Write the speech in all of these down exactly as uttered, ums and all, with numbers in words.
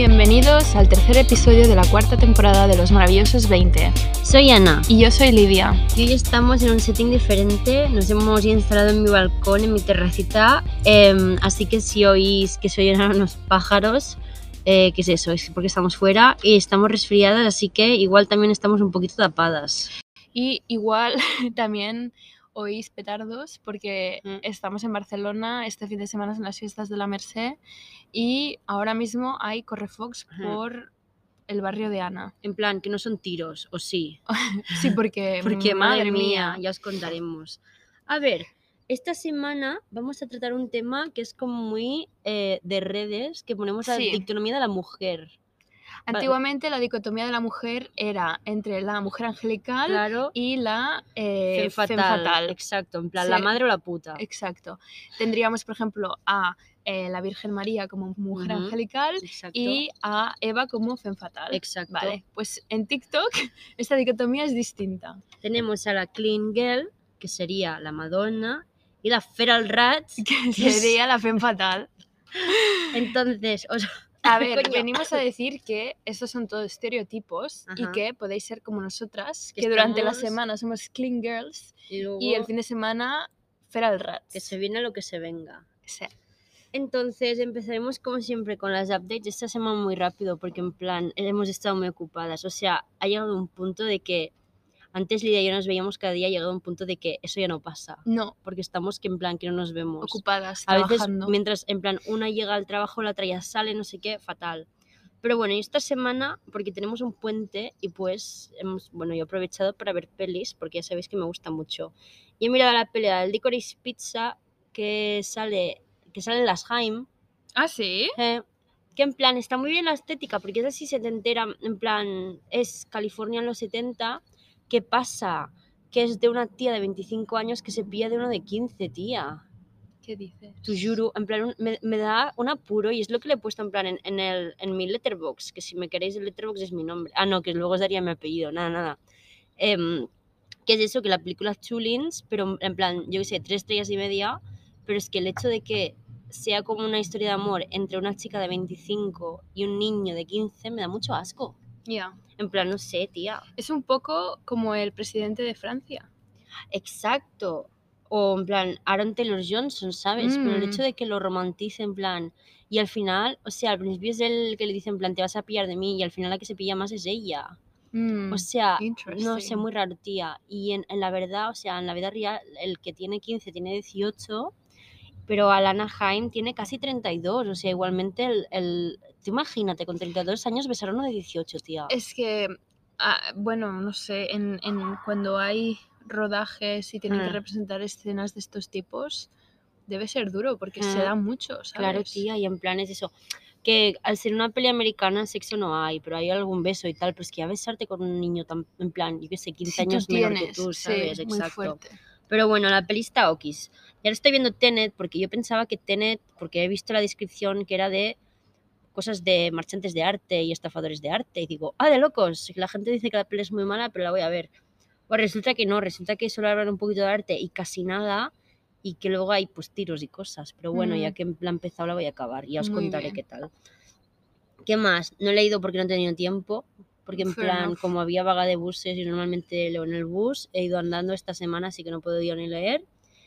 Bienvenidos al tercer episodio de la cuarta temporada de Los Maravillosos veinte. Soy Ana. Y yo soy Lidia. Y hoy estamos en un setting diferente. Nos hemos instalado en mi balcón, en mi terracita. Eh, así que si oís que se oyen unos pájaros, eh, ¿qué es eso? Es porque estamos fuera y estamos resfriadas, así que igual también estamos un poquito tapadas. Y igual también oís petardos porque mm. estamos en Barcelona, este fin de semana son las fiestas de la Mercè y ahora mismo hay correfocs uh-huh. por el barrio de Ana. En plan, que no son tiros, ¿o sí? Sí, porque, porque madre, madre mía, mía, ya os contaremos. A ver, esta semana vamos a tratar un tema que es como muy eh, de redes, que ponemos la sí. dicotomía de la mujer. Antiguamente la dicotomía de la mujer era entre la mujer angelical claro. y la eh, femme fatal. femme fatal. Exacto, en plan, sí. la madre o la puta. Exacto. Tendríamos, por ejemplo, a eh, la Virgen María como mujer uh-huh. angelical Exacto. y a Eva como femme fatal. Exacto. Vale, pues en TikTok esta dicotomía es distinta. Tenemos a la Clean Girl, que sería la Madonna, y la Feral Rat, que, que sería es... la femme fatal. Entonces, os... A ver, venimos a decir que estos son todos estereotipos Ajá. y que podéis ser como nosotras, que, que durante estamos... la semana somos clean girls y, luego... y el fin de semana feral rats. Que se viene lo que se venga. Sí. Entonces empezaremos como siempre con las updates esta semana muy rápido porque en plan hemos estado muy ocupadas. O sea, ha llegado un punto de que antes Lidia y yo nos veíamos cada día, ha llegado un punto de que eso ya no pasa. No. Porque estamos que en plan que no nos vemos. Ocupadas, a trabajando. veces mientras en plan una llega al trabajo, la otra ya sale, no sé qué, fatal. Pero bueno, y esta semana, porque tenemos un puente y pues, hemos, bueno, yo he aprovechado para ver pelis, porque ya sabéis que me gusta mucho. Y he mirado la peli del Licorice Pizza que sale, que sale en las Haim. ¿Ah, sí? Eh, que en plan está muy bien la estética, porque es así setentera, en plan, es California en los setenta. ¿Qué pasa? Que es de una tía de veinticinco años que se pilla de uno de quince, tía. ¿Qué dices? Te juro, en plan, me, me da un apuro y es lo que le he puesto en plan en, en, el, en mi Letterboxd, que si me queréis el Letterboxd es mi nombre. Ah, no, que luego os daría mi apellido, nada, nada. Eh, que es eso, que la película es Chulins, pero en plan, yo qué sé, tres estrellas y media, pero es que el hecho de que sea como una historia de amor entre una chica de veinticinco y un niño de quince me da mucho asco. Ya. Yeah. En plan, no sé, tía. Es un poco como el presidente de Francia. Exacto. O en plan, Aaron Taylor Johnson, ¿sabes? Mm. Pero el hecho de que lo romantice en plan... Y al final, o sea, al principio es él que le dice en plan, te vas a pillar de mí, y al final la que se pilla más es ella. Mm. O sea, no sé, muy raro, tía. Y en, en la verdad, o sea, en la vida real, el que tiene quince tiene dieciocho, pero Alana Haim tiene casi treinta y dos. O sea, igualmente, el, el... Tú imagínate, con treinta y dos años besar a uno de dieciocho, tía. Es que, ah, bueno, no sé, en, en cuando hay rodajes y tienen ah. que representar escenas de estos tipos, debe ser duro porque ah. se da mucho, ¿sabes? Claro, tía, y en plan es eso, que al ser una peli americana sexo no hay, pero hay algún beso y tal, pero es que ya besarte con un niño tan, en plan, yo qué sé, quince si años tienes, menor que tú, ¿sabes? Sí, Exacto. muy fuerte. Pero bueno, la peli está okis. Y ahora estoy viendo Tenet porque yo pensaba que Tenet, porque he visto la descripción que era de cosas de marchantes de arte y estafadores de arte, y digo, ¡ah, de locos! La gente dice que la peli es muy mala, pero la voy a ver. Pues resulta que no, resulta que solo hablan un poquito de arte y casi nada, y que luego hay pues tiros y cosas. Pero bueno, mm. ya que la he empezado la voy a acabar y ya os muy contaré bien. Qué tal. ¿Qué más? No he leído porque no he tenido tiempo, porque en Fair plan, enough. Como había vaga de buses y normalmente leo en el bus, he ido andando esta semana, así que no he podido ni leer.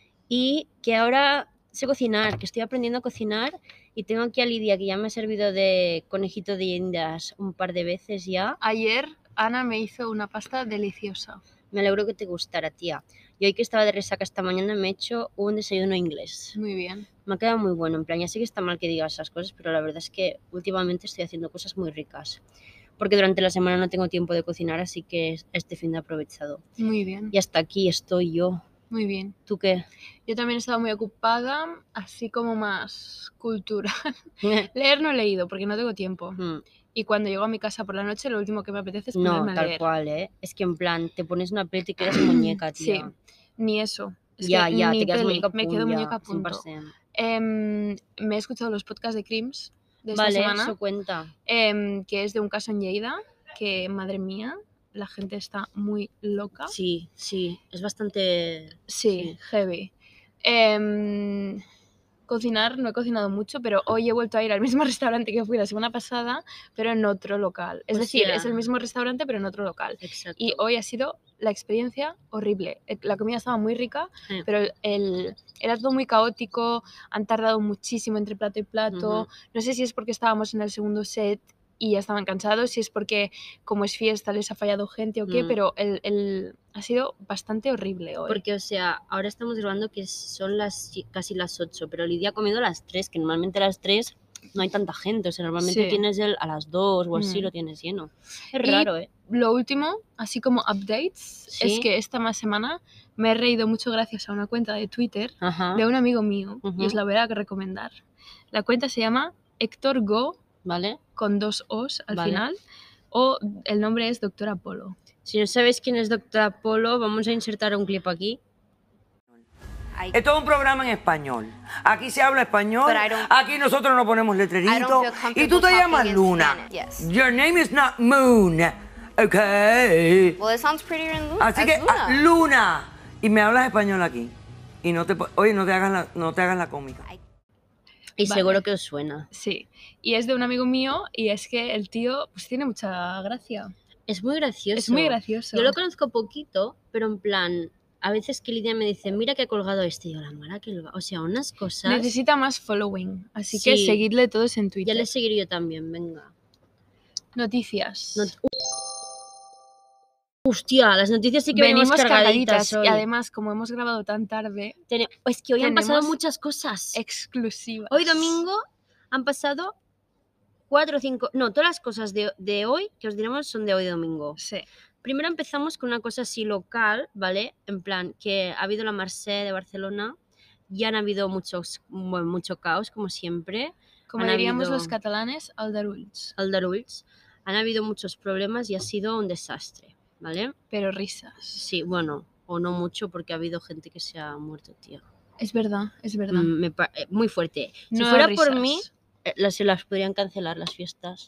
Y que ahora sé cocinar, que estoy aprendiendo a cocinar, y tengo aquí a Lidia, que ya me ha servido de conejito de indias un par de veces ya. Ayer Ana me hizo una pasta deliciosa. Me alegro que te gustara, tía. Y hoy que estaba de resaca esta mañana me he hecho un desayuno inglés. Muy bien. Me ha quedado muy bueno, en plan, ya sé que está mal que diga esas cosas, pero la verdad es que últimamente estoy haciendo cosas muy ricas. Porque durante la semana no tengo tiempo de cocinar, así que este fin de aprovechado. Muy bien. Y hasta aquí estoy yo. Muy bien. ¿Tú qué? Yo también he estado muy ocupada, así como más cultural. Leer no he leído porque no tengo tiempo. Mm. Y cuando llego a mi casa por la noche, lo último que me apetece es ponerme no, a leer. No, tal cual, ¿eh? Es que en plan, te pones una peli y te quedas muñeca, tía. Sí, ni eso. Es ya, que ya, ni te quedas peli, muñeca me quedo muñeca a punto. Eh, me he escuchado los podcasts de Crims de esta vale, semana. Eso cuenta. Eh, que es de un caso en Lleida, que, madre mía, la gente está muy loca. Sí, sí, es bastante... Sí, sí. heavy. Eh, Cocinar, no he cocinado mucho, pero hoy he vuelto a ir al mismo restaurante que fui la semana pasada, pero en otro local. Es O decir, sea, es el mismo restaurante, pero en otro local. Exacto. Y hoy ha sido la experiencia horrible. Eh, La comida estaba muy rica, Sí. pero el, el- era todo muy caótico, han tardado muchísimo entre plato y plato. Ujú. No sé si es porque estábamos en el segundo set y ya estaban cansados, si es porque como es fiesta les ha fallado gente o qué, Mm. pero el, el- ha sido bastante horrible hoy. Porque, o sea, ahora estamos grabando que son las casi las ocho, pero Lidia ha comido a las tres, que normalmente a las tres no hay tanta gente. O sea, normalmente Sí. tienes el a las dos o así Mm. lo tienes lleno. Es Y raro, ¿eh? Lo último, así como updates, Sí. es que esta más semana me he reído mucho gracias a una cuenta de Twitter Ajá. de un amigo mío y Ujú. os la voy a recomendar. La cuenta se llama Héctor Go, ¿Vale? con dos O's al Vale. final, o el nombre es Doctor Apolo. Si no sabéis quién es Doctor Apolo, vamos a insertar un clip aquí. Esto es un programa en español. Aquí se habla español. But I don't- Aquí nosotros no ponemos I letreritos. don't feel Y tú te comfortable llamas talking in Luna. Spanish, yes. Your name is not Moon. Okay. Well, it sounds prettier in Luna. Así as que Luna. ah, Luna. Y me hablas español aquí. Y no te po- oye, no te hagas la, no te hagas la cómica. Y Vale. seguro que os suena. Sí, y es de un amigo mío y es que el tío pues tiene mucha gracia. Es muy gracioso. Es muy gracioso. Yo lo conozco poquito, pero en plan, a veces que Lidia me dice, mira que he colgado este, y yo, la mala que lo va. O sea, unas cosas. Necesita más following, así que Sí. seguidle todos en Ya Twitter. le seguiré yo también, venga. Noticias. Not- Hostia, las noticias sí que venimos, Venimos cargaditas, cargaditas hoy. y además como hemos grabado tan tarde, Tene- Es que hoy han pasado tenemos muchas cosas. exclusivas. Hoy domingo han pasado cuatro o cinco... No, todas las cosas de, de hoy que os diremos son de hoy domingo. Sí. Primero empezamos con una cosa así local, ¿vale? En plan, que ha habido la Mercè de Barcelona, ya han habido muchos, bueno, mucho caos, como siempre. Como Han diríamos habido- los catalanes, aldarulls. Aldarulls. Han habido muchos problemas y ha sido un desastre, ¿vale? Pero risas. Sí, bueno, o no mucho porque ha habido gente que se ha muerto, tía. Es verdad, es verdad. Mm, me pa- eh, muy fuerte. Si No fuera risas. por mí, eh, las, se las podrían cancelar las fiestas.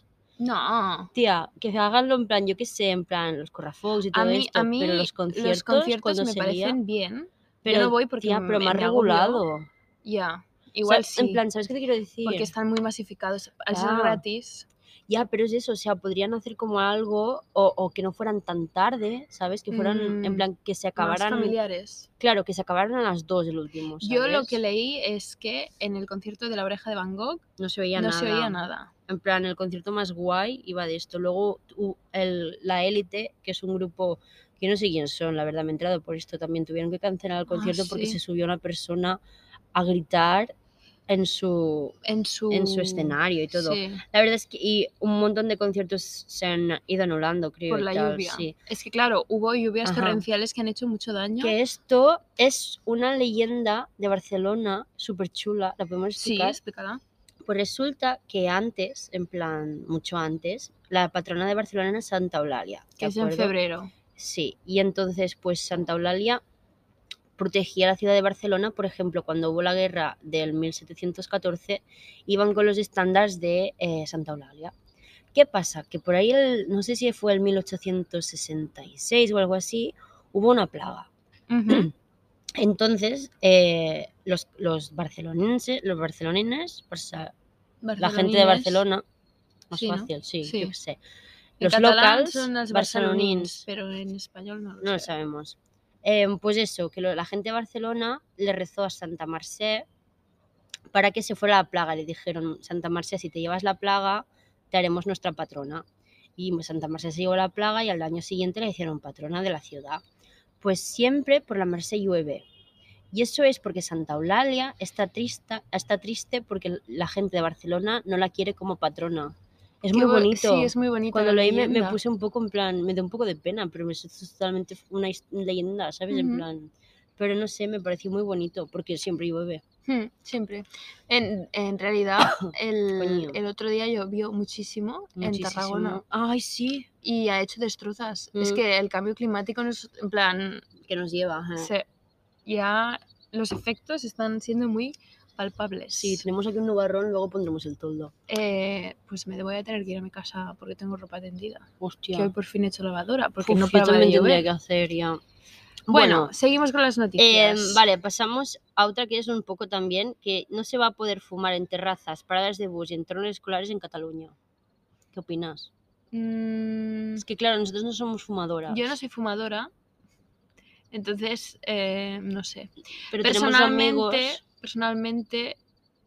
No. Tía, que haganlo en plan, yo qué sé, en plan los corrafogs y todo A mí, esto, a mí pero los conciertos, cuando me se parecen lía, bien. pero, Yo no voy porque tía, pero me- más me agobio. regulado. Ya. O Igual sea, sí. En plan, ¿sabes qué te quiero decir? porque están muy masificados. Al ser Ya. gratis. Ya, pero es eso, o sea, podrían hacer como algo o, o que no fueran tan tarde, ¿sabes? Que fueran, en Mm, plan, que se Más acabaran... familiares. Claro, que se acabaran a las dos el último, ¿sabes? Yo lo que leí es que en el concierto de La Oreja de Van Gogh No se veía no nada. se oía nada. En plan, el concierto más guay iba de esto. Luego u- el, La Élite, que es un grupo que no sé quién son, la verdad, me he enterado por esto. También tuvieron que cancelar el Ah, concierto porque sí. se subió una persona a gritar en su, En su, en su escenario y todo. Sí, La verdad es que y un montón de conciertos se han ido anulando, creo. por y la tal, lluvia. sí. Es que claro, hubo lluvias Ajá. torrenciales que han hecho mucho daño. Que esto es una leyenda de Barcelona súper chula. ¿La podemos Sí, explicar? explícala. Pues resulta que antes, en plan, mucho antes, la patrona de Barcelona era Santa Eulalia. ¿de Que es en acuerdo? febrero. Sí, y entonces, pues Santa Eulalia protegía la ciudad de Barcelona, por ejemplo, cuando hubo la guerra del mil setecientos catorce, iban con los estándares de eh, Santa Eulalia. ¿Qué pasa? Que por ahí, el, no sé si fue el mil ochocientos sesenta y seis o algo así, hubo una plaga. Ujú. Entonces, eh, los, los barcelonenses, los barcelonines, o sea, la gente de Barcelonines. Barcelona, más Sí, ¿no? fácil, sí, Sí. yo qué sé. En Los catalán locals, son las barcelonins, barcelonins, pero en español no lo no lo sé. sabemos. Eh, pues eso, que lo- la gente de Barcelona le rezó a Santa Mercè para que se fuera la plaga. Le dijeron, Santa Mercè, si te llevas la plaga, te haremos nuestra patrona. Y Santa Mercè se llevó la plaga y al año siguiente la hicieron patrona de la ciudad. Pues siempre por la Mercè llueve. Y eso es porque Santa Eulalia está triste, está triste porque la gente de Barcelona no la quiere como patrona. Es Qué muy bo- bonito. Sí, es muy bonito. Cuando lo oí me, me puse un poco en plan, me dio un poco de pena, pero es totalmente una his- leyenda, ¿sabes? En Ujú. plan, pero no sé, me pareció muy bonito porque siempre llueve. Siempre. En, en realidad, el, Coño. el otro día llovió muchísimo, en Muchísimo. Tarragona Ay, sí. y ha hecho destrozas. Es Mm. que el cambio climático nos, en plan, Que nos lleva. ajá. se- ya los efectos están siendo muy palpables. Sí, tenemos aquí un nubarrón, luego pondremos el toldo. Eh, pues me voy a tener que ir a mi casa porque tengo ropa tendida. Hostia. Que hoy por fin he hecho lavadora porque Uf, no yo paraba de también tendría llover. que hacer ya. Bueno, Bueno, seguimos con las Eh, noticias. vale, pasamos a otra que es un poco también que no se va a poder fumar en terrazas, paradas de bus y entornos escolares en Cataluña. ¿Qué opinas? Mm, Es que claro, nosotros no somos fumadoras. yo no soy fumadora, entonces eh, no sé. Pero tenemos Personalmente, amigos. personalmente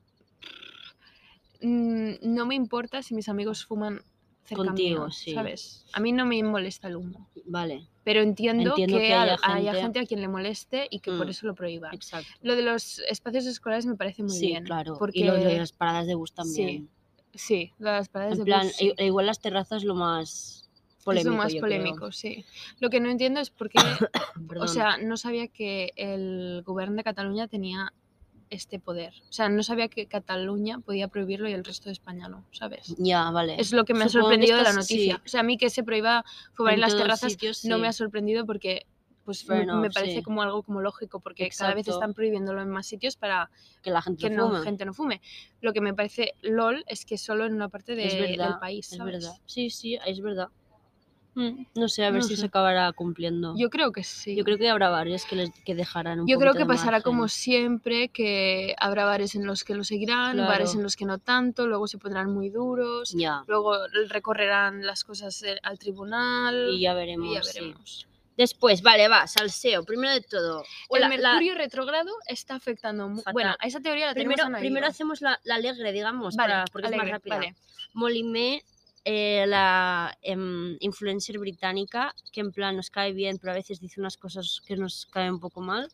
mm, no me importa si mis amigos fuman cerca Contigo, mío, sí. ¿sabes? A mí no me molesta el humo. Vale, Pero entiendo, Entiendo que, que haya al- haya gente- gente a quien le moleste y que por Mm, eso lo prohíban. exacto. Lo de los espacios escolares me parece muy sí, bien. claro. Porque Y lo de las paradas de bus también. sí, lo de las paradas En de plan, bus sí. i- igual las terrazas lo más polémico, es lo más yo polémico, sí. Lo que no entiendo es por qué, creo. Perdón. o sea, no sabía que el gobierno de Cataluña tenía este poder. O sea, no sabía que Cataluña podía prohibirlo y el resto de España no, ¿sabes? ya, vale. Es lo que me ha Supongo que sorprendido de la estás- noticia. sí, O sea, a mí que se prohíba fumar en, en las todos terrazas sitios, no sí. me ha sorprendido porque pues Fair me, me enough, parece sí. como algo como lógico porque cada vez Exacto. están prohibiéndolo en más sitios para Que la gente que no no, fume. gente no fume. Lo que me parece lol es que solo en una parte de- Es verdad, del país, es ¿sabes? verdad. Sí, sí, es verdad. Mm, no sé, a ver No si sé. se acabará cumpliendo. Yo creo que sí. Yo creo que habrá varios que les que dejarán un Yo poquito creo que de pasará margen. como siempre, que habrá bares en los que lo seguirán, Claro. bares en los que no tanto, luego se pondrán muy duros, Ya, luego recorrerán las cosas eh, al tribunal y ya veremos. y ya sí. veremos. Después, vale, va, salseo. Primero de todo. El la- la- mercurio retrógrado está afectando... mu- Fatal. Bueno, a esa teoría la primero, tenemos Ana y primero yo. hacemos la, la alegre, digamos, Vale, para, porque alegre, es más rápida. vale. Molimé, eh, la em, influencer británica, que en plan nos cae bien, pero a veces dice unas cosas que nos caen un poco mal,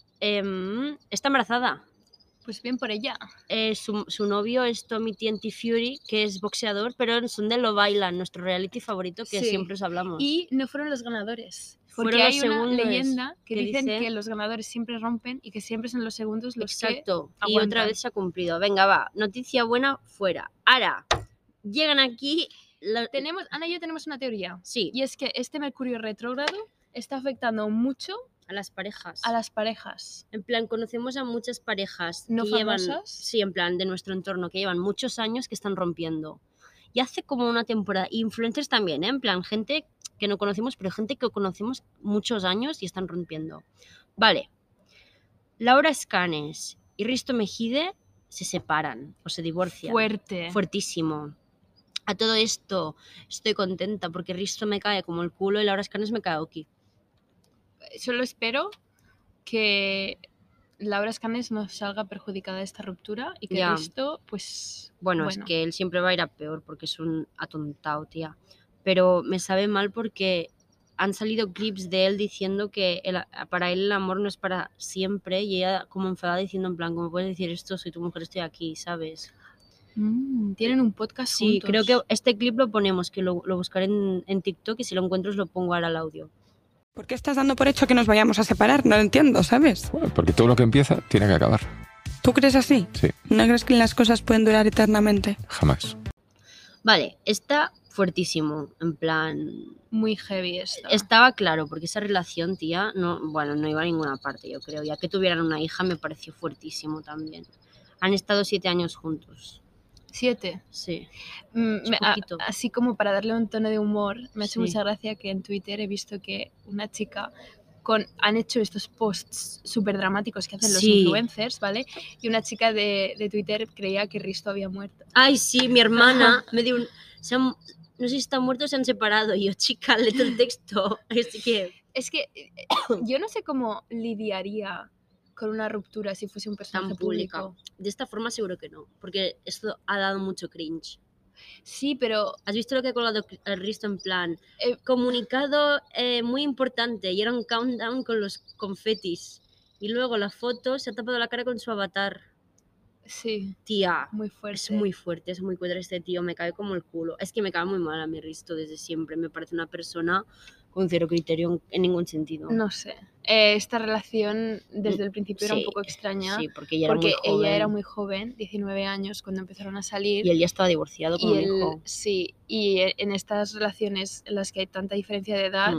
em, está embarazada. Pues bien por ella. Eh, su, su novio es Tommy T N T Fury, que es boxeador, pero son de Love Island, nuestro reality favorito que Sí. siempre os hablamos. Y no fueron los ganadores. Porque Fueron los hay una segundos, leyenda que, que dicen dice- que los ganadores siempre rompen y que siempre son los segundos los Exacto, que y otra aguantan. vez se ha cumplido. Venga, va, noticia buena, fuera. Ahora, llegan aquí... la- Tenemos, Ana y yo tenemos una teoría. Sí, Y es que este mercurio retrógrado está afectando mucho a las parejas. a las parejas. En plan, conocemos a muchas parejas ¿No que llevan, famosas? sí, en plan, de nuestro entorno, que llevan muchos años que están rompiendo. Y hace como una temporada, influencers también, ¿eh? En plan, gente que no conocemos, pero gente que conocemos muchos años y están rompiendo. Vale. Laura Escanes y Risto Mejide se separan o se divorcian. Fuerte. Fuertísimo. A todo esto estoy contenta porque Risto me cae como el culo y Laura Escanes me cae aquí. Solo espero que Laura Escanes no salga perjudicada de esta ruptura y que Ya. esto, pues... Bueno, es que él siempre va a ir a peor porque es un atontado, tía. Pero me sabe mal porque han salido clips de él diciendo que el- para él el amor no es para siempre y ella como enfadada diciendo en plan, ¿cómo puedes decir esto? Soy tu mujer, estoy aquí, ¿sabes? Mm, tienen un podcast Sí, juntos. creo que este clip lo ponemos, que lo, lo buscaré en, en TikTok y si lo encuentro os lo pongo ahora al audio. ¿Por qué estás dando por hecho que nos vayamos a separar? No lo entiendo, ¿sabes? Bueno, porque todo lo que empieza tiene que acabar. ¿Tú crees así? Sí, ¿No crees que las cosas pueden durar eternamente? jamás. Vale, está fuertísimo, en plan... Muy heavy esta. Estaba claro, porque esa relación, tía, no, bueno, no iba a ninguna parte, yo creo. Ya que tuvieran una hija me pareció fuertísimo también. Han estado siete años juntos. Siete. Sí. Mm, Es me- a- poquito. así como para darle un tono de humor, me ha hecho Sí. mucha gracia que en Twitter he visto que una chica con, han hecho estos posts súper dramáticos que hacen los Sí. influencers, ¿vale? Y una chica de, de Twitter creía que Risto había muerto. Ay, sí, mi hermana me dio un... se han- no sé si están muertos o se han separado. Y yo, chica, lee el texto. Así que... Es que eh, yo no sé cómo lidiaría con una ruptura si fuese un personaje Tan pública. público. De esta forma seguro que no, porque esto ha dado mucho cringe. Sí, pero ¿Has visto lo que ha colgado el Risto en plan? Eh, Comunicado eh, muy importante y era un countdown con los confetis. Y luego la foto se ha tapado la cara con su avatar. sí, Tía, muy fuerte. es muy fuerte, es muy cutre este tío, me cae como el culo. Es que me cae muy mal a mi Risto desde siempre. Me parece una persona con cero criterio en, en ningún sentido. No sé. Eh, esta relación desde el principio era un Sí, poco extraña. Sí, porque ella era porque muy joven. ella era muy joven, diecinueve años, cuando empezaron a salir. Y él ya estaba divorciado con y un él- hijo. sí, y e- en estas relaciones en las que hay tanta diferencia de edad, Mm.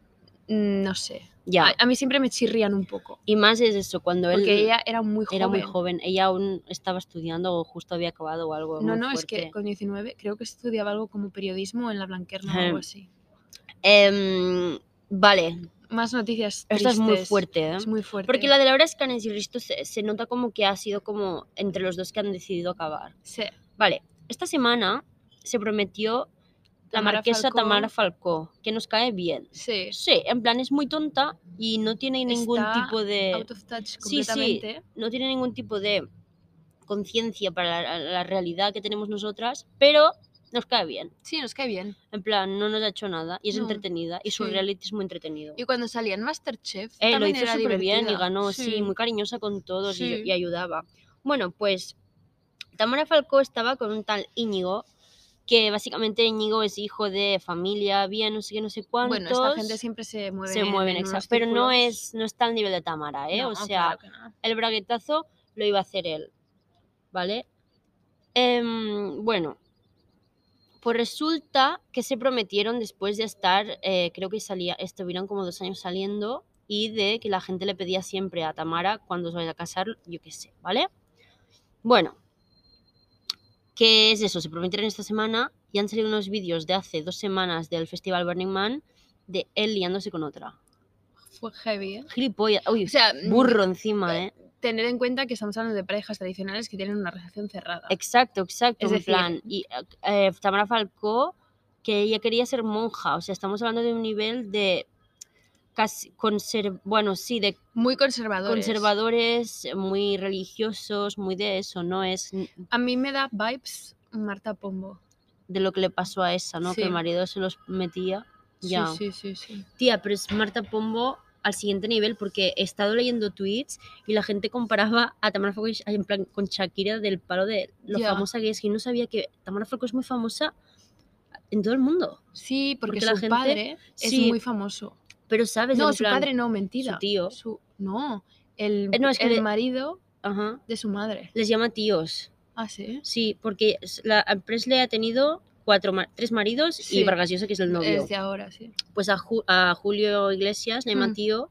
mm, no sé. Ya. A, a mí siempre me chirrían un poco. Y más es eso, cuando él Porque ella era muy joven. era muy joven, ella aún estaba estudiando o justo había acabado o algo. No, muy no, es fuerte. que con diecinueve creo que estudiaba algo como periodismo en la Blanquerna o Ajá. algo así. Em, vale, más noticias Esta es muy tristes. fuerte, ¿eh? Es muy fuerte. Porque la de Laura Escanes y Risto se, se nota como que ha sido como entre los dos que han decidido acabar. Sí. Vale, esta semana se prometió la Tamara marquesa Falcó. Tamara Falcó, que nos cae bien. Sí. Sí, en plan es muy tonta y no tiene ningún Está tipo de... out of touch Sí, completamente. sí, no tiene ningún tipo de conciencia para la, la realidad que tenemos nosotras, pero nos cae bien. Sí, nos cae bien. En plan, no nos ha hecho nada y es No, entretenida y su sí. reality es muy entretenido. Y cuando salía en Masterchef Eh, lo también hizo era súper bien y divertida. ganó, sí. Sí. muy cariñosa con todos y, Sí. y ayudaba. Bueno, pues Tamara Falcó estaba con un tal Íñigo, que básicamente Íñigo es hijo de familia, bien, no sé qué, no sé cuántos. Bueno, esta gente siempre se mueve se mueven, en exacto. unos Pero no círculos. es, no está al nivel de Tamara, ¿eh? No, o sea, claro que no. el braguetazo lo iba a hacer él, ¿vale? Em, bueno, pues resulta que se prometieron después de estar, eh, creo que salía, estuvieron como dos años saliendo y de que la gente le pedía siempre a Tamara cuando se vaya a casar, yo qué sé, ¿vale? Bueno, ¿qué es eso? Se prometieron esta semana y han salido unos vídeos de hace dos semanas del Festival Burning Man de él liándose con otra. Fue heavy, ¿eh? Gilipollas, uy, O sea, burro encima, ¿eh? Tener en cuenta que estamos hablando de parejas tradicionales que tienen una relación cerrada. Exacto, exacto, Es en decir, plan, y eh, Tamara Falcó, que ella quería ser monja, o sea, estamos hablando de un nivel de casi conserv bueno, sí, de muy conservadores. conservadores, muy religiosos, muy de eso, no es A mí me da vibes Marta Pombo. de lo que le pasó a esa, ¿no? Sí. Que el marido se los metía. Ya. Sí, sí, sí, sí. Tía, pero es Marta Pombo al siguiente nivel porque he estado leyendo tweets y la gente comparaba a Tamara Falcó en plan con Shakira del palo de lo Ya. famosa que es. Y no sabía que Tamara Falcó es muy famosa en todo el mundo. Sí, porque, Porque su la gente- padre sí. es muy famoso. Pero sabes, No, en su plan, padre no, mentira. su tío. Su- no, el, Eh, no, es que el le- marido Ajá. de su madre. Les llama tíos. Ah, sí. Sí, porque s- la Presley ha tenido cuatro ma- tres maridos Sí. y Vargas Llosa, que es el novio. Es de ahora, sí. Pues a, Ju- a Julio Iglesias le llama Mm. tío,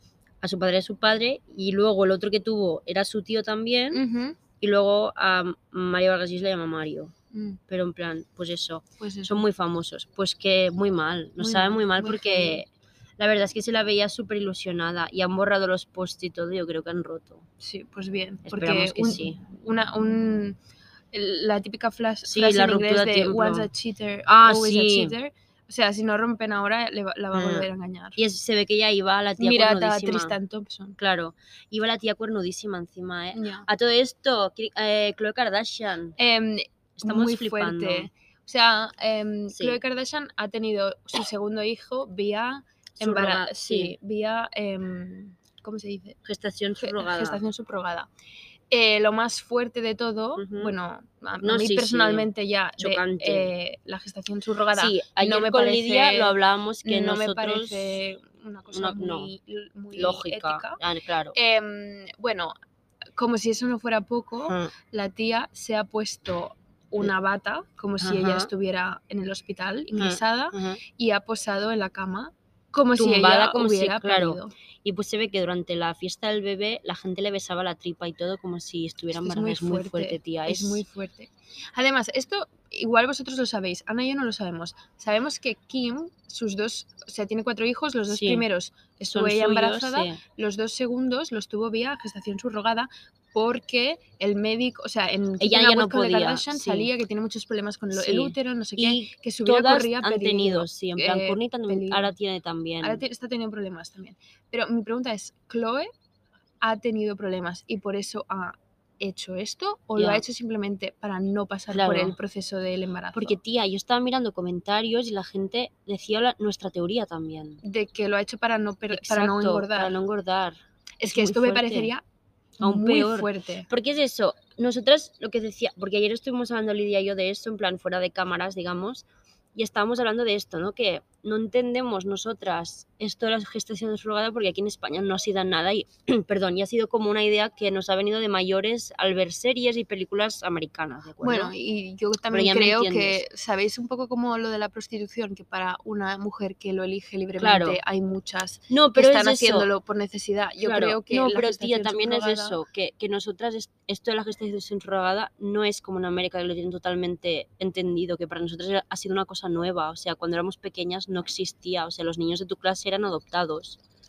a su padre a su padre, y luego el otro que tuvo era su tío también, Ujú. y luego a Mario Vargas Llosa le llama Mario. Mm, Pero en plan, pues eso, Pues eso. son muy famosos. Pues que muy mal, nos Muy sabe mal, muy mal muy porque la verdad es que se la veía súper ilusionada y han borrado los posts y todo, yo creo que han roto. Sí, pues bien. Esperamos porque que un- sí. Una, un, el- la típica flash, Sí, frase la en inglés ruptura a de tiempo. once a cheater, Ah, always sí. a cheater. O sea, si no rompen ahora, le va- la va a Ah. volver a engañar. Y es- se ve que ya iba la tía Mira a cuernudísima. Tristan Thompson. Claro, iba la tía cuernudísima encima, ¿eh? Ya. A todo esto, Ki- eh, Khloe Kardashian, Em, estamos muy flipando. fuerte. O sea, em, Sí. Khloe Kardashian ha tenido su segundo hijo vía Surroga- embarazo. sí. Sí, vía. em, ¿Cómo se dice? Gestación Ge- subrogada. Gestación subrogada. Eh, lo más fuerte de todo, Ujú. bueno, a, No, a mí sí, sí. personalmente ya, de, Chocante. eh, la gestación subrogada, Sí, ayer no me con parece, Lidia lo hablábamos que no me nosotros... parece una cosa una- no, muy, muy lógica. ética. Ah, claro. Em, bueno, como si eso no fuera poco, Ajá. la tía se ha puesto una bata, como si ella Ajá. estuviera en el hospital, ingresada, Ajá. y ha posado en la cama, como si Tumbada, ella como si- hubiera claro. parido. Y pues se ve que durante la fiesta del bebé la gente le besaba la tripa y todo como si estuviera Esto embarazada. Es muy fuerte, tía. Es muy fuerte. Además, esto igual vosotros lo sabéis, Ana y yo no lo sabemos. Sabemos que Kim, sus dos, o sea, tiene cuatro hijos, los dos Sí. primeros estuvo Son ella suyos, embarazada, sí. los dos segundos los tuvo vía gestación subrogada porque el médico, o sea, en Ella Keeping ya Up no with Khloe podía, Kardashian sí. salía que tiene muchos problemas con lo- Sí. el útero, no sé qué, Y que su vida todas corría han peligro. tenido, sí. En plan, eh, Kourtney también, peligro. ahora tiene también. Ahora te- está teniendo problemas también. Pero mi pregunta es, ¿Khloe ha tenido problemas y por eso ha hecho esto o lo Ya. ha hecho simplemente para no pasar Claro. por el proceso del embarazo? Porque, tía, yo estaba mirando comentarios y la gente decía la- nuestra teoría también. De que lo ha hecho para no, per- para no Exacto, engordar. Para no engordar. es es que muy esto me fuerte. parecería Aún muy peor. fuerte. Porque es eso, nosotras lo que decía, porque ayer estuvimos hablando Lidia y yo de esto, en plan fuera de cámaras, digamos, y estábamos hablando de esto, ¿no? Que no entendemos nosotras esto de la gestación subrogada porque aquí en España no ha sido nada y, perdón, y ha sido como una idea que nos ha venido de mayores al ver series y películas americanas, ¿de acuerdo? Bueno, y yo ya también me creo que, entiendes. ¿sabéis un poco como lo de la prostitución? Que para una mujer que lo elige libremente Claro. hay muchas no, que pero están es eso. haciéndolo por necesidad. Yo Claro. creo que no, la pero tía, gestación también es subrogada- eso, que, que nosotras, es- esto de la gestación subrogada no es como en América, que lo tienen totalmente entendido, que para nosotros era- ha sido una cosa nueva, o sea, cuando éramos pequeñas no existía, o sea, los niños de tu clase eran adoptados.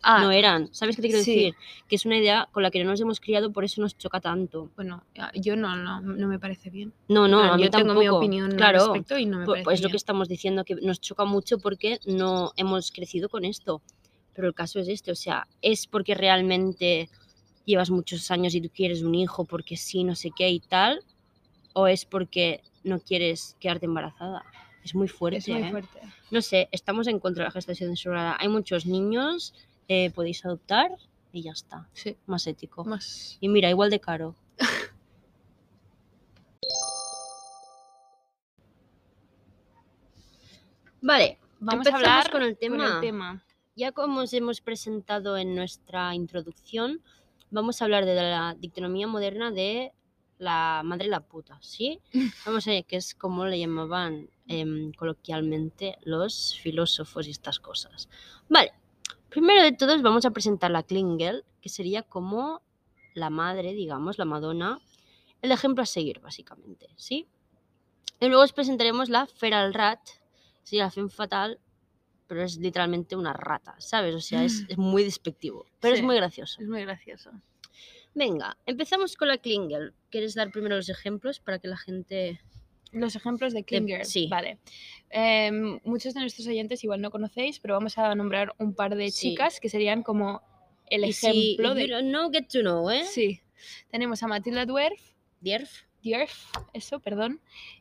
Ah, no eran. ¿Sabes qué te quiero sí. decir? Que es una idea con la que no nos hemos criado, por eso nos choca tanto. Bueno, ya, yo no, no, no me parece bien. No, En no, plan, a mí yo tengo mi tampoco. opinión al Claro, respecto y no me pues, parece pues es lo bien. que estamos diciendo, que nos choca mucho porque no hemos crecido con esto. Pero el caso es este, o sea, es porque realmente llevas muchos años y tú quieres un hijo porque sí, no sé qué y tal, o es porque no quieres quedarte embarazada. Es muy fuerte, Es muy ¿eh? fuerte. No sé, estamos en contra de la gestación subrogada. Hay muchos niños, eh, podéis adoptar y ya está. Sí. Más ético. Más. Y mira, igual de caro. Vale, Vamos a empezamos hablar con el con el tema. tema. Ya como os hemos presentado en nuestra introducción, vamos a hablar de la dictonomía moderna de la madre la puta, ¿sí? Vamos a ver que es como le llamaban em, coloquialmente los filósofos y estas cosas. Vale, primero de todos vamos a presentar la Klingel, que sería como la madre, digamos, la Madonna, el ejemplo a seguir básicamente, ¿sí? Y luego os presentaremos la Feral Rat, sí, la femme fatal, pero es literalmente una rata, ¿sabes? O sea, es, es muy despectivo, pero Sí, es muy gracioso. Es muy gracioso. Venga, empezamos con la Klingel. ¿Quieres dar primero los ejemplos para que la gente... Los ejemplos de Clean Girl. sí. Vale. Eh, muchos de nuestros oyentes igual no conocéis, pero vamos a nombrar un par de Sí. chicas que serían como el Y si ejemplo if you de... don't know, get to know, ¿eh? Sí. Tenemos a Matilda Dwerf, Dierf. Dierf, eso, perdón,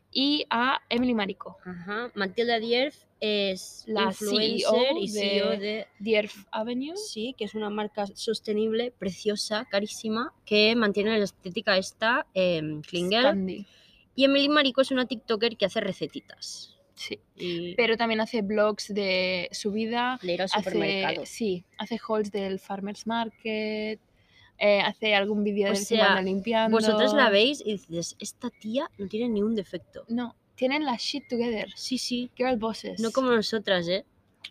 y a Emily Marico, Ajá. Matilda Dierf es la influencer y C C E O E O de... de Dierf Avenue. Sí, que es una marca sostenible, preciosa, carísima, que mantiene la estética esta eh, Klingel. Scandi. Y Emily Marico es una TikToker que hace recetitas. Sí. Y Pero también hace blogs de su vida. de ir al Hace, supermercado. sí, hace hauls del Farmers Market, eh, hace algún vídeo O de vez en cuando sea, limpiando. vosotros la veis y dices, esta tía no tiene ni un defecto. No, tienen la shit together. Sí, sí. Girl bosses. No como nosotras, ¿eh?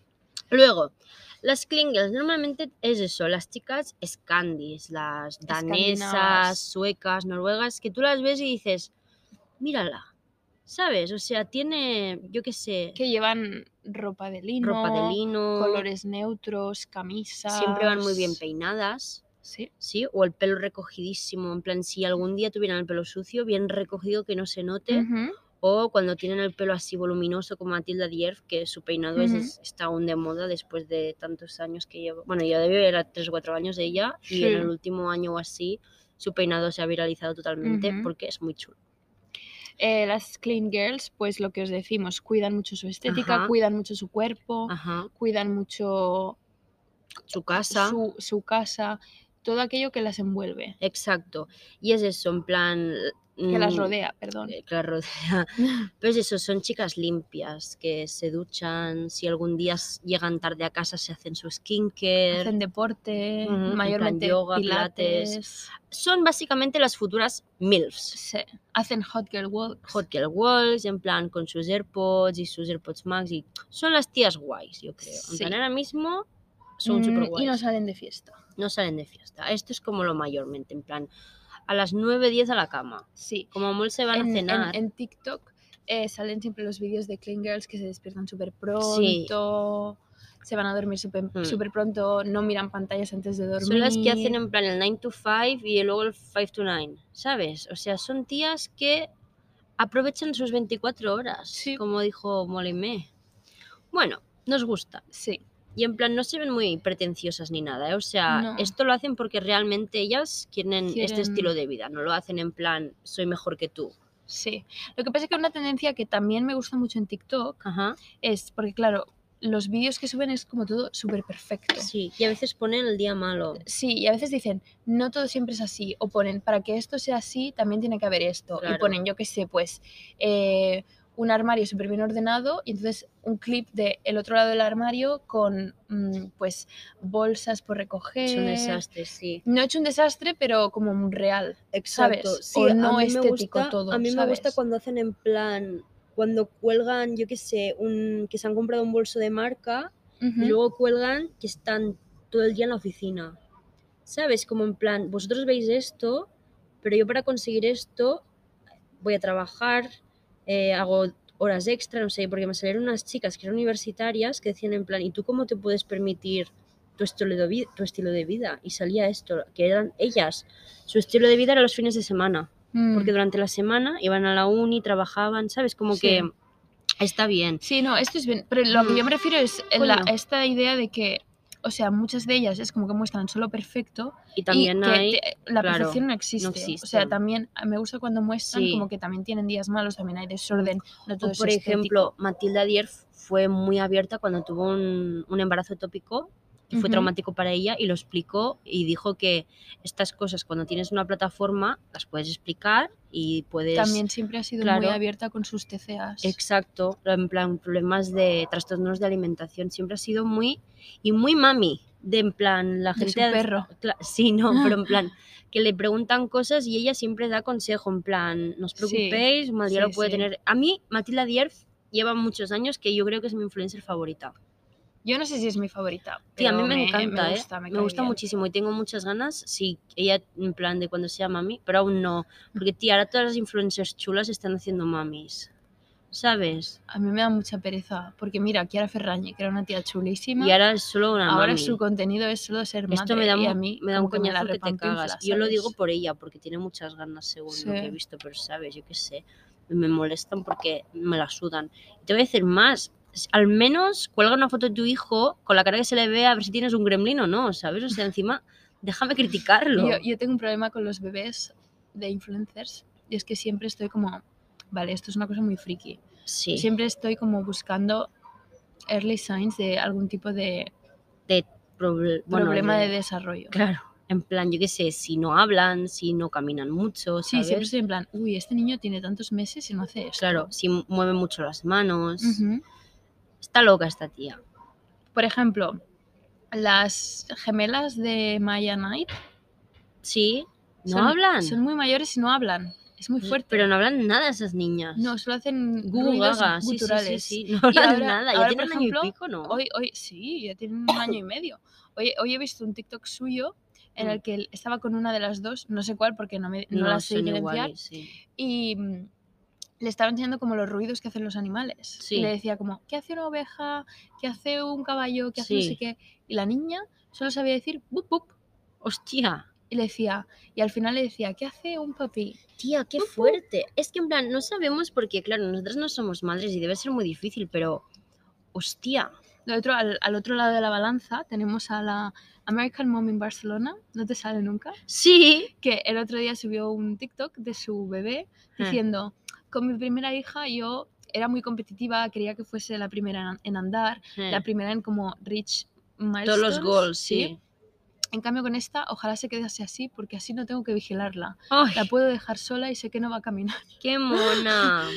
Luego, las Klingels normalmente es eso, las chicas Scandis, las danesas, Escandinavas. suecas, noruegas, que tú las ves y dices, mírala, ¿sabes? O sea, tiene, yo qué sé, Que llevan ropa de lino, ropa de lino, colores neutros, camisas. siempre van muy bien peinadas. Sí. Sí, o el pelo recogidísimo, en plan, si algún día tuvieran el pelo sucio, bien recogido, que no se note, Ujú. o cuando tienen el pelo así voluminoso como Matilda Dierf, que su peinado es- Ujú. es- está aún de moda después de tantos años que lleva. Bueno, ya debe haber tres o cuatro años de ella, y Sí. en el último año o así, su peinado se ha viralizado totalmente Ujú. porque es muy chulo. Eh, las clean girls, pues lo que os decimos, cuidan mucho su estética, Ajá. cuidan mucho su cuerpo, Ajá, cuidan mucho su casa. su, su casa, todo aquello que las envuelve, Exacto. Y es eso, en plan... que las mm, rodea, perdón. eh, que las rodea. Pues eso, son chicas limpias, que se duchan, si algún día s- llegan tarde a casa se hacen su skincare. Hacen deporte, Ujú, en plan mayormente yoga, pilates. pilates. Son básicamente las futuras MILFs. Sí, hacen hot girl walks. Hot Girl Walks, en plan con sus AirPods y sus AirPods Max. Y son las tías guays, yo creo. En Sí. plan, ahora mismo son Mm, súper y guays. no salen de fiesta. No salen de fiesta. Esto es como lo mayormente, en plan, a las nueve diez a la cama. Sí. Como mol se van en, a cenar. En, en TikTok eh, salen siempre los vídeos de clean girls que se despiertan súper pronto, se van a dormir súper Mm. súper pronto, no miran pantallas antes de dormir. Son las que hacen en plan el nine to five y luego el five to nine, ¿sabes? O sea, son tías que aprovechan sus veinticuatro horas, Sí. como dijo Molimé. Bueno, nos gusta. Sí. Y en plan, no se ven muy pretenciosas ni nada, ¿eh? O sea, No. esto lo hacen porque realmente ellas quieren, Quieren- este estilo de vida, no lo hacen en plan, soy mejor que tú. Sí. Lo que pasa es que una tendencia que también me gusta mucho en TikTok Ajá. es porque, claro, los vídeos que suben es como todo súper perfecto. Sí, y a veces ponen el día malo. Sí, y a veces dicen, no todo siempre es así, o ponen, para que esto sea así, también tiene que haber esto. Claro. Y ponen, yo qué sé, pues, eh, un armario súper bien ordenado y entonces un clip de el otro lado del armario con, mm, pues, bolsas por recoger. Es un desastre, sí. No he hecho un desastre, pero como un real, Exacto, ¿sabes? sí, o no a mí me estético gusta, todo, a mí me ¿sabes? gusta cuando hacen en plan, cuando cuelgan, yo qué sé, un, que se han comprado un bolso de marca Ujú. y luego cuelgan que están todo el día en la oficina, ¿sabes? Como en plan, vosotros veis esto, pero yo para conseguir esto voy a trabajar, eh, hago horas extra, no sé, porque me salieron unas chicas que eran universitarias que decían en plan, ¿y tú cómo te puedes permitir tu estilo de vida, tu estilo de vida, y salía esto, que eran ellas, su estilo de vida era los fines de semana, Mm. porque durante la semana iban a la uni, trabajaban, ¿sabes? Como Sí. que está bien. Sí, no, esto es bien. Pero lo que yo me refiero es en la, Coño. esta idea de que, o sea, muchas de ellas es como que muestran solo perfecto Y también y que hay, te- la claro, perfección no existe. no O sea, existe. también me gusta cuando muestran Sí. como que también tienen días malos, también hay desorden, no todo O es por estético. ejemplo, Matilda Dier fue muy abierta cuando tuvo un, un embarazo ectópico que fue Ujú. traumático para ella, y lo explicó y dijo que estas cosas cuando tienes una plataforma las puedes explicar y puedes... También siempre ha sido muy claro. abierta con sus T C As. Exacto, en plan problemas de trastornos de alimentación, siempre ha sido muy y muy mami, de en plan la De gente su ha- perro. cla- sí, no, pero en plan que le preguntan cosas y ella siempre da consejo, en plan, no os Sí, preocupéis, María sí, lo puede sí. tener. A mí Matilda Dierf lleva muchos años que yo creo que es mi influencer favorita. Yo no sé si es mi favorita, Tía, a pero mí me, encanta, me gusta, ¿eh? me, Me cae gusta bien. muchísimo y tengo muchas ganas, sí, ella en plan de cuando sea mami, pero aún no, porque tía, ahora todas las influencers chulas están haciendo mamis, ¿sabes? A mí me da mucha pereza, porque mira, Chiara Ferragni, que era una tía chulísima, Y ahora es solo una ahora mami. su contenido es solo ser madre, Esto me da, y a un- mí me da un como que me la coñazo que te repampinfla, cagas. Yo lo ¿sabes? digo por ella, porque tiene muchas ganas según Sí. lo que he visto, pero sabes, yo qué sé, me molestan porque me la sudan. Y te voy a decir más, al menos cuelga una foto de tu hijo con la cara que se le ve a ver si tienes un gremlin o no, ¿sabes? O sea, encima, déjame criticarlo. Yo, yo tengo un problema con los bebés de influencers, y es que siempre estoy como, vale, esto es una cosa muy friki, Sí, siempre estoy como buscando early signs de algún tipo de de proble- bueno, problema de de- desarrollo. Claro, en plan, yo qué sé, si no hablan, si no caminan mucho, Sí, ¿sabes? siempre estoy en plan, uy, este niño tiene tantos meses y no hace esto. Claro, si mueve mucho las manos. Ujú. Está loca esta tía. Por ejemplo, las gemelas de Maya Knight Sí, ¿no son, hablan? son muy mayores y no hablan. Es muy fuerte. Pero no hablan nada esas niñas. No, solo hacen Gu, ruidos gaga, sí, sí, guturales. sí, sí, no hablan ahora- nada. Ya ahora, tienen por un año ejemplo, y pico, ¿no? Hoy, hoy, sí, ya tienen un año y medio. Hoy, hoy he visto un TikTok suyo en el Mm. que él estaba con una de las dos, no sé cuál porque no, me, no, no, las sé son diferenciar, iguales, sí. y mm, le estaba enseñando como los ruidos que hacen los animales. Sí. Y le decía como, ¿qué hace una oveja? ¿Qué hace un caballo? ¿Qué hace no Sí. sé qué? Y la niña solo sabía decir bup, bup. Hostia, Y le decía, y al final le decía, ¿qué hace un papi? tía, qué fuerte. Es que en plan, no sabemos porque, claro, nosotras no somos madres y debe ser muy difícil, pero, hostia. Del otro, al, al otro lado de la balanza tenemos a la American Mom in Barcelona, ¿no te sale nunca? Sí. Que el otro día subió un TikTok de su bebé diciendo, con mi primera hija yo era muy competitiva, quería que fuese la primera en, en andar, Eh. la primera en como reach milestones. Todos los goals, sí. En cambio con esta, ojalá se quedase así, porque así no tengo que vigilarla. Ay, La puedo dejar sola y sé que no va a caminar. qué mona.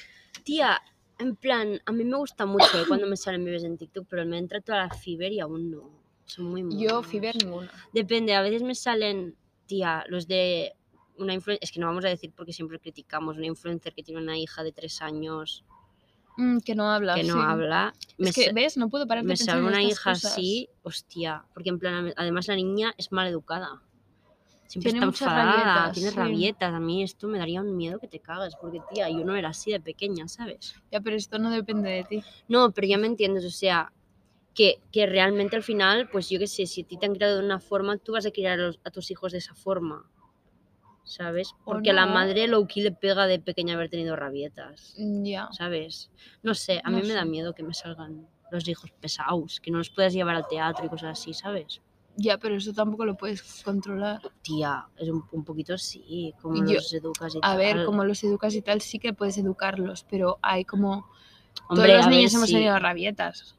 Tía, en plan, a mí me gusta mucho eh, cuando me salen bebés en TikTok, pero me entra toda la Fiber y aún no. Son muy monos. Yo, Fiber, ninguna. Depende, a veces me salen, tía, los de una influencer, es que no vamos a decir porque siempre criticamos, una influencer que tiene una hija de tres años Mm, que no habla, que no sí. habla. Me, Es que, sa- ¿ves? No puedo parar de me pensar sale en una estas hija cosas. así, hostia, porque en plan, además la niña es mal educada. Siempre Tiene está muchas enfadada, rabietas, tiene sí. rabietas. A mí esto me daría un miedo que te cagas, porque tía, yo no era así de pequeña, ¿sabes? Ya, pero esto no depende de ti. No, pero ya me entiendes, o sea, que, que realmente al final, pues yo qué sé, si a ti te han criado de una forma, tú vas a criar a, los- a tus hijos de esa forma, ¿sabes? O Porque a la no. madre low-key le pega de pequeña haber tenido rabietas, Mm, Ya. ¿sabes? No sé, a No mí me da sé. miedo que me salgan los hijos pesados, que no los puedas llevar al teatro y cosas así, ¿sabes? Ya, pero eso tampoco lo puedes controlar. Tía, es un, un poquito sí, como Yo- los educas y A tal. ver, como los educas y tal, sí que puedes educarlos, pero hay como... Hombre, Todos los a ver, niños hemos sí. tenido rabietas.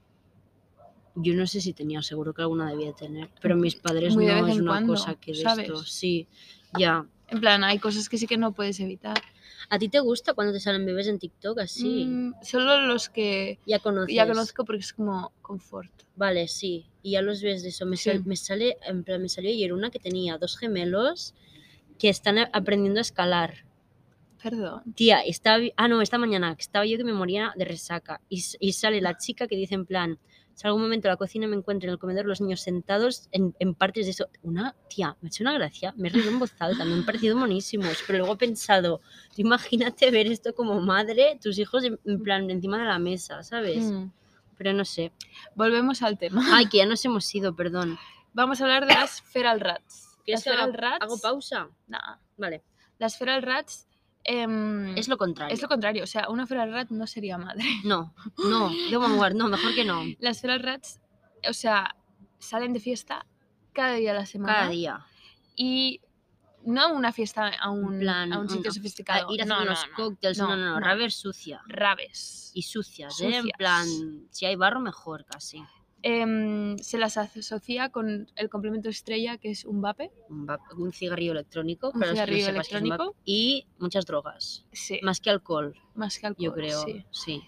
Yo no sé si tenía, seguro que alguna debía tener, pero mis padres Muy de no vez es en una cuando, cosa que de ¿sabes? esto, sí, ya. En plan, hay cosas que sí que no puedes evitar. ¿A ti te gusta cuando te salen bebés en TikTok así? Mm, solo los que Ya conoces. ya conozco porque es como confort. Vale, sí. Y ya los ves de eso. Me, Sí. sal- me sale, en plan, me salió ayer una que tenía dos gemelos que están a- aprendiendo a escalar. Perdón. Tía, estaba, vi- ah no, esta mañana, que estaba yo que me moría de resaca. Y, s- y sale la chica que dice en plan, si algún momento la cocina me encuentro en el comedor los niños sentados en, en partes de eso. Una, tía, me ha hecho una gracia, me he reído en voz alta, me han parecido monísimos, pero luego he pensado, tú imagínate ver esto como madre, tus hijos en, en plan encima de la mesa, ¿sabes? Mm. pero no sé. Volvemos al tema. Ay, que ya nos hemos ido, perdón. Vamos a hablar de las feral rats. ¿Quieres Las que haga- feral rats... hago pausa? Nah. Vale. Las feral rats... em, Es lo contrario. es lo contrario. O sea, una feral rat no sería madre. No, no, debo lugar, no, mejor que no. Las feral rats, o sea, salen de fiesta cada día de la semana. Cada día. Y no a una fiesta a un, En plan, a un sitio un- sofisticado. A ir a hacer no, unos no, no. cócteles. No, no, no, raver sucia. Rabes. Y sucias, ¿eh? En Sucias. plan, si hay barro, mejor casi. Em, se las asocia con el complemento estrella, que es un vape. Un, va- un cigarrillo electrónico, Un para los que no cigarrillo sepas qué es un electrónico. vape, y muchas drogas. Sí. Más que alcohol, Más que alcohol. yo creo. Sí. Sí.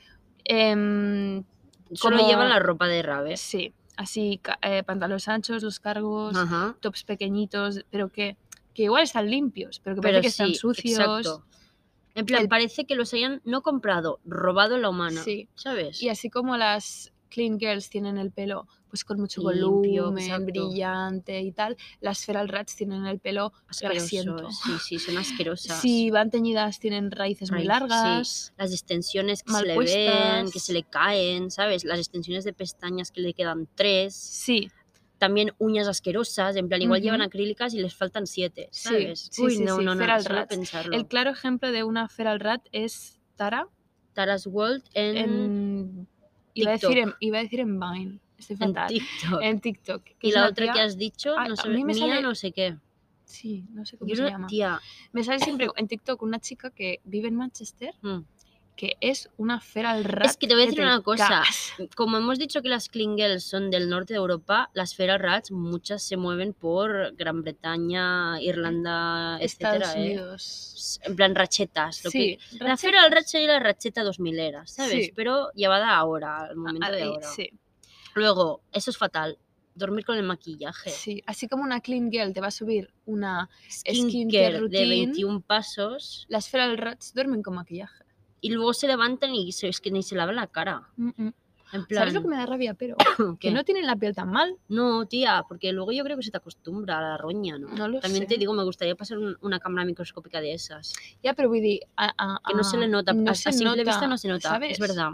Em, Solo Como- llevan la ropa de raves. sí. Así, ca- eh, pantalones anchos, los cargos, Ajá. tops pequeñitos, pero que, que igual están limpios, pero que Pero parece que sí, están sucios. exacto. En plan, El- parece que los hayan no comprado, robado en la humana. Sí. ¿Sabes? Y así como las clean girls tienen el pelo pues con mucho Limpio, volumen, exacto. brillante y tal, las feral rats tienen el pelo grasiento. Asqueroso. Sí, sí, son asquerosas. Si van teñidas tienen raíces muy Raíz- largas. sí. Las extensiones que mal se le ven, puestas. que se le caen, ¿sabes? Las extensiones de pestañas que le quedan tres. Sí, También uñas asquerosas, en plan, igual Ujú. llevan acrílicas y les faltan siete, Sí, ¿sabes? sí, Uy, sí, no, sí, no, no, feral solo rats. pensarlo. el claro ejemplo de una feral rat es Tara Taras World en, en, en... Iba a, TikTok. decir en, iba a decir en Vine, estoy fatal. TikTok. En TikTok. que Y es la una otra tía- que has dicho, Ay, no a sé, mí me Mía sale- no sé qué. Sí, no sé cómo Yo se no- llama. Tía, Me sale siempre en TikTok una chica que vive en Manchester, mm. que es una feral rat. Es que te voy a decir te una cosa. cagas. Como hemos dicho que las clean girls son del norte de Europa, las feral rats muchas se mueven por Gran Bretaña, Irlanda, Estados etcétera, ¿eh? Unidos. En plan rachetas. Lo Sí, que... La feral rat sería la racheta dos milera, ¿sabes? Sí. Pero llevada ahora, al momento Ah, de eh, ahora. Sí, Luego, eso es fatal. Dormir con el maquillaje. sí. Así como una clean girl te va a subir una Skincare skincare de routine, veintiún pasos las feral rats duermen con maquillaje. y luego se levantan y se, es que ni se lavan la cara. Mm, mm. En plan, ¿Sabes lo que me da rabia? Pero ¿qué? que no tienen la piel tan mal. No, tía, porque luego yo creo que se te acostumbra a la roña, ¿no? No lo También sé. te digo, me gustaría pasar un- una cámara microscópica de esas. Ya, pero vull dir... A, a, Que no se a- le nota, no a, se a simple nota, vista no se nota, ¿sabes? es verdad.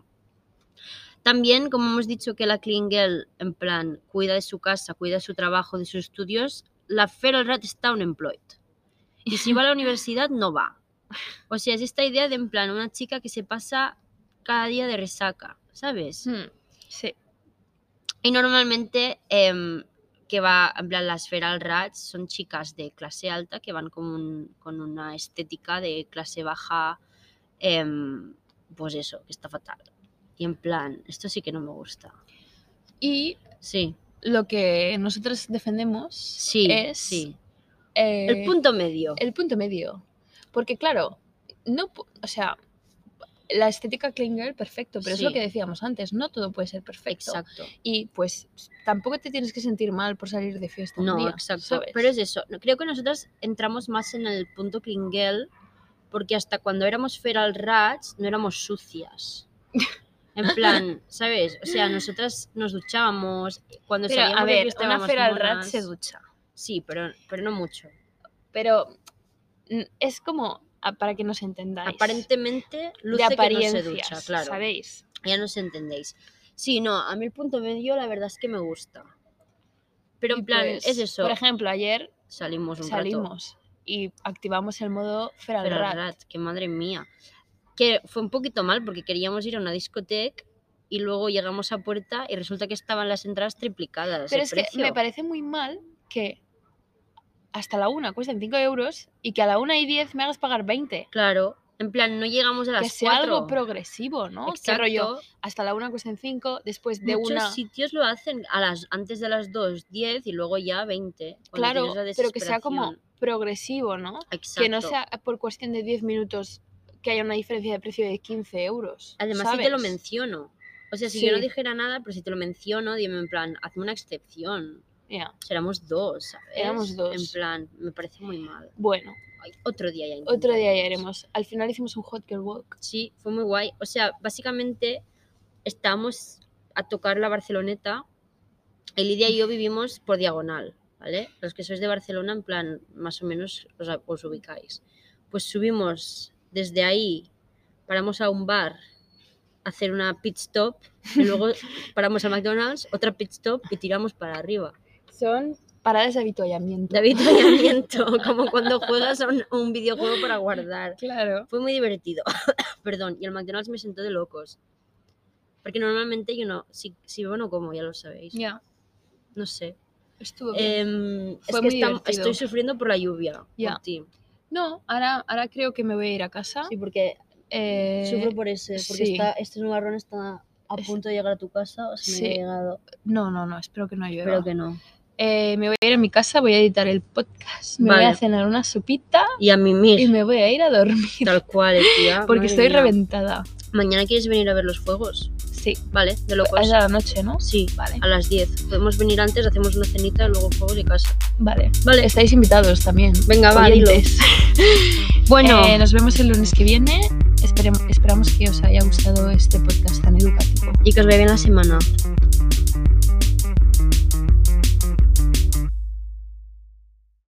También, como hemos dicho que la clean girl, en plan, cuida de su casa, cuida de su trabajo, de sus estudios, la feral rat está unemployed. Y si va a la universidad, no va. O sea, es esta idea de, en plan, una chica que se pasa cada día de resaca, ¿sabes? Hmm, sí. Y normalmente em, que va, en plan, las feral rats son chicas de clase alta que van con, un- con una estética de clase baja, em, pues eso, que está fatal. Y en plan, esto sí que no me gusta. Y Sí, lo que nosotros defendemos sí, es sí. eh, El punto medio. el punto medio. Porque claro, no, pu- o sea, la estética clean girl, perfecto, pero es lo Sí. que decíamos antes, no todo puede ser perfecto. Exacto. Y pues tampoco te tienes que sentir mal por salir de fiesta un No, día, exacto. ¿sabes? Pero es eso. No, creo que nosotros entramos más en el punto clean girl porque hasta cuando éramos feral rats no éramos sucias. En plan, ¿sabes? O sea, nosotras nos duchábamos cuando Pero, salíamos a de ver, fiesta una éramos feral rat monas. se ducha. Sí, pero, pero no mucho. Pero mm, es como, ah, para que nos entendáis, Aparentemente luce de que no apariencias, se ducha, claro. ¿sabéis? Ya nos entendéis. Sí, no, a mí el punto medio la verdad es que me gusta. Pero Y en plan, pues, es eso. Por ejemplo, ayer Salimos un rato. salimos y activamos el modo feral Feral rat. rat, que madre mía. Que fue un poquito mal porque queríamos ir a una discoteca y luego llegamos a puerta y resulta que estaban las entradas triplicadas. Pero de es que precio. me parece muy mal que hasta la una cuesten cinco euros y que a la una y diez me hagas pagar veinte. Claro, en plan, no llegamos a las Que sea cuatro. algo progresivo, ¿no? Exacto. ¿Qué rollo? Hasta la una cuesten cinco, después de Muchos una... sitios lo hacen a las, antes de las dos, diez y luego ya veinte. cuando Claro, tienes la pero que sea como desesperación. progresivo, ¿no? Exacto. Que no sea por cuestión de diez minutos que haya una diferencia de precio de quince euros. Además, si te lo ¿sabes? menciono. O sea, si Sí. yo no dijera nada, pero si te lo menciono, dime en plan, hazme una excepción. Ya. Éramos dos, ¿sabes? Éramos dos. En plan, me parece muy mal. Bueno, Ay, otro día ya otro día ya intentaremos. iremos. Al final hicimos un hot girl walk. Sí, fue muy guay. O sea, básicamente estábamos a tocar la Barceloneta. Y Lidia y yo vivimos por diagonal, ¿vale? Los que sois de Barcelona, en plan, más o menos os, os ubicáis. Pues subimos desde ahí, paramos a un bar hacer una pit stop y luego paramos a McDonald's, otra pit stop y tiramos para arriba. Son paradas de avituallamiento. De avituallamiento, como cuando juegas a un, un videojuego para guardar. Claro. Fue muy divertido. Perdón, y el McDonald's me sentó de locos. Porque normalmente yo no, si, si bebo no como, ya lo sabéis. Ya. Yeah. No sé. Estuvo bien. Eh, Fue es muy que está, divertido. estoy sufriendo por la lluvia. Ya. Por ti. No, ahora, ahora creo que me voy a ir a casa. Sí, porque Eh, sufro por ese. Porque sí. está, este nubarrón está a punto de llegar a tu casa. O sea, Sí. me ha llegado. No, no, no, espero que no llueva. Espero que no. Eh, me voy a ir a mi casa, voy a editar el podcast, me Vale. voy a cenar una sopita Y a mimir. y me voy a ir a dormir. Tal cual, tía. Porque madre estoy mía. reventada. Mañana quieres venir a ver los fuegos. Sí. Vale, de locos. Es a la noche, ¿no? Sí, Vale. a las diez. Podemos venir antes, hacemos una cenita y luego fuegos y casa. Vale. Vale. Estáis invitados también. Venga, va, dilo. oyentes. Bueno, Eh, nos vemos el lunes que viene. Esperem- esperamos que os haya gustado este podcast tan educativo. y que os vaya bien la semana.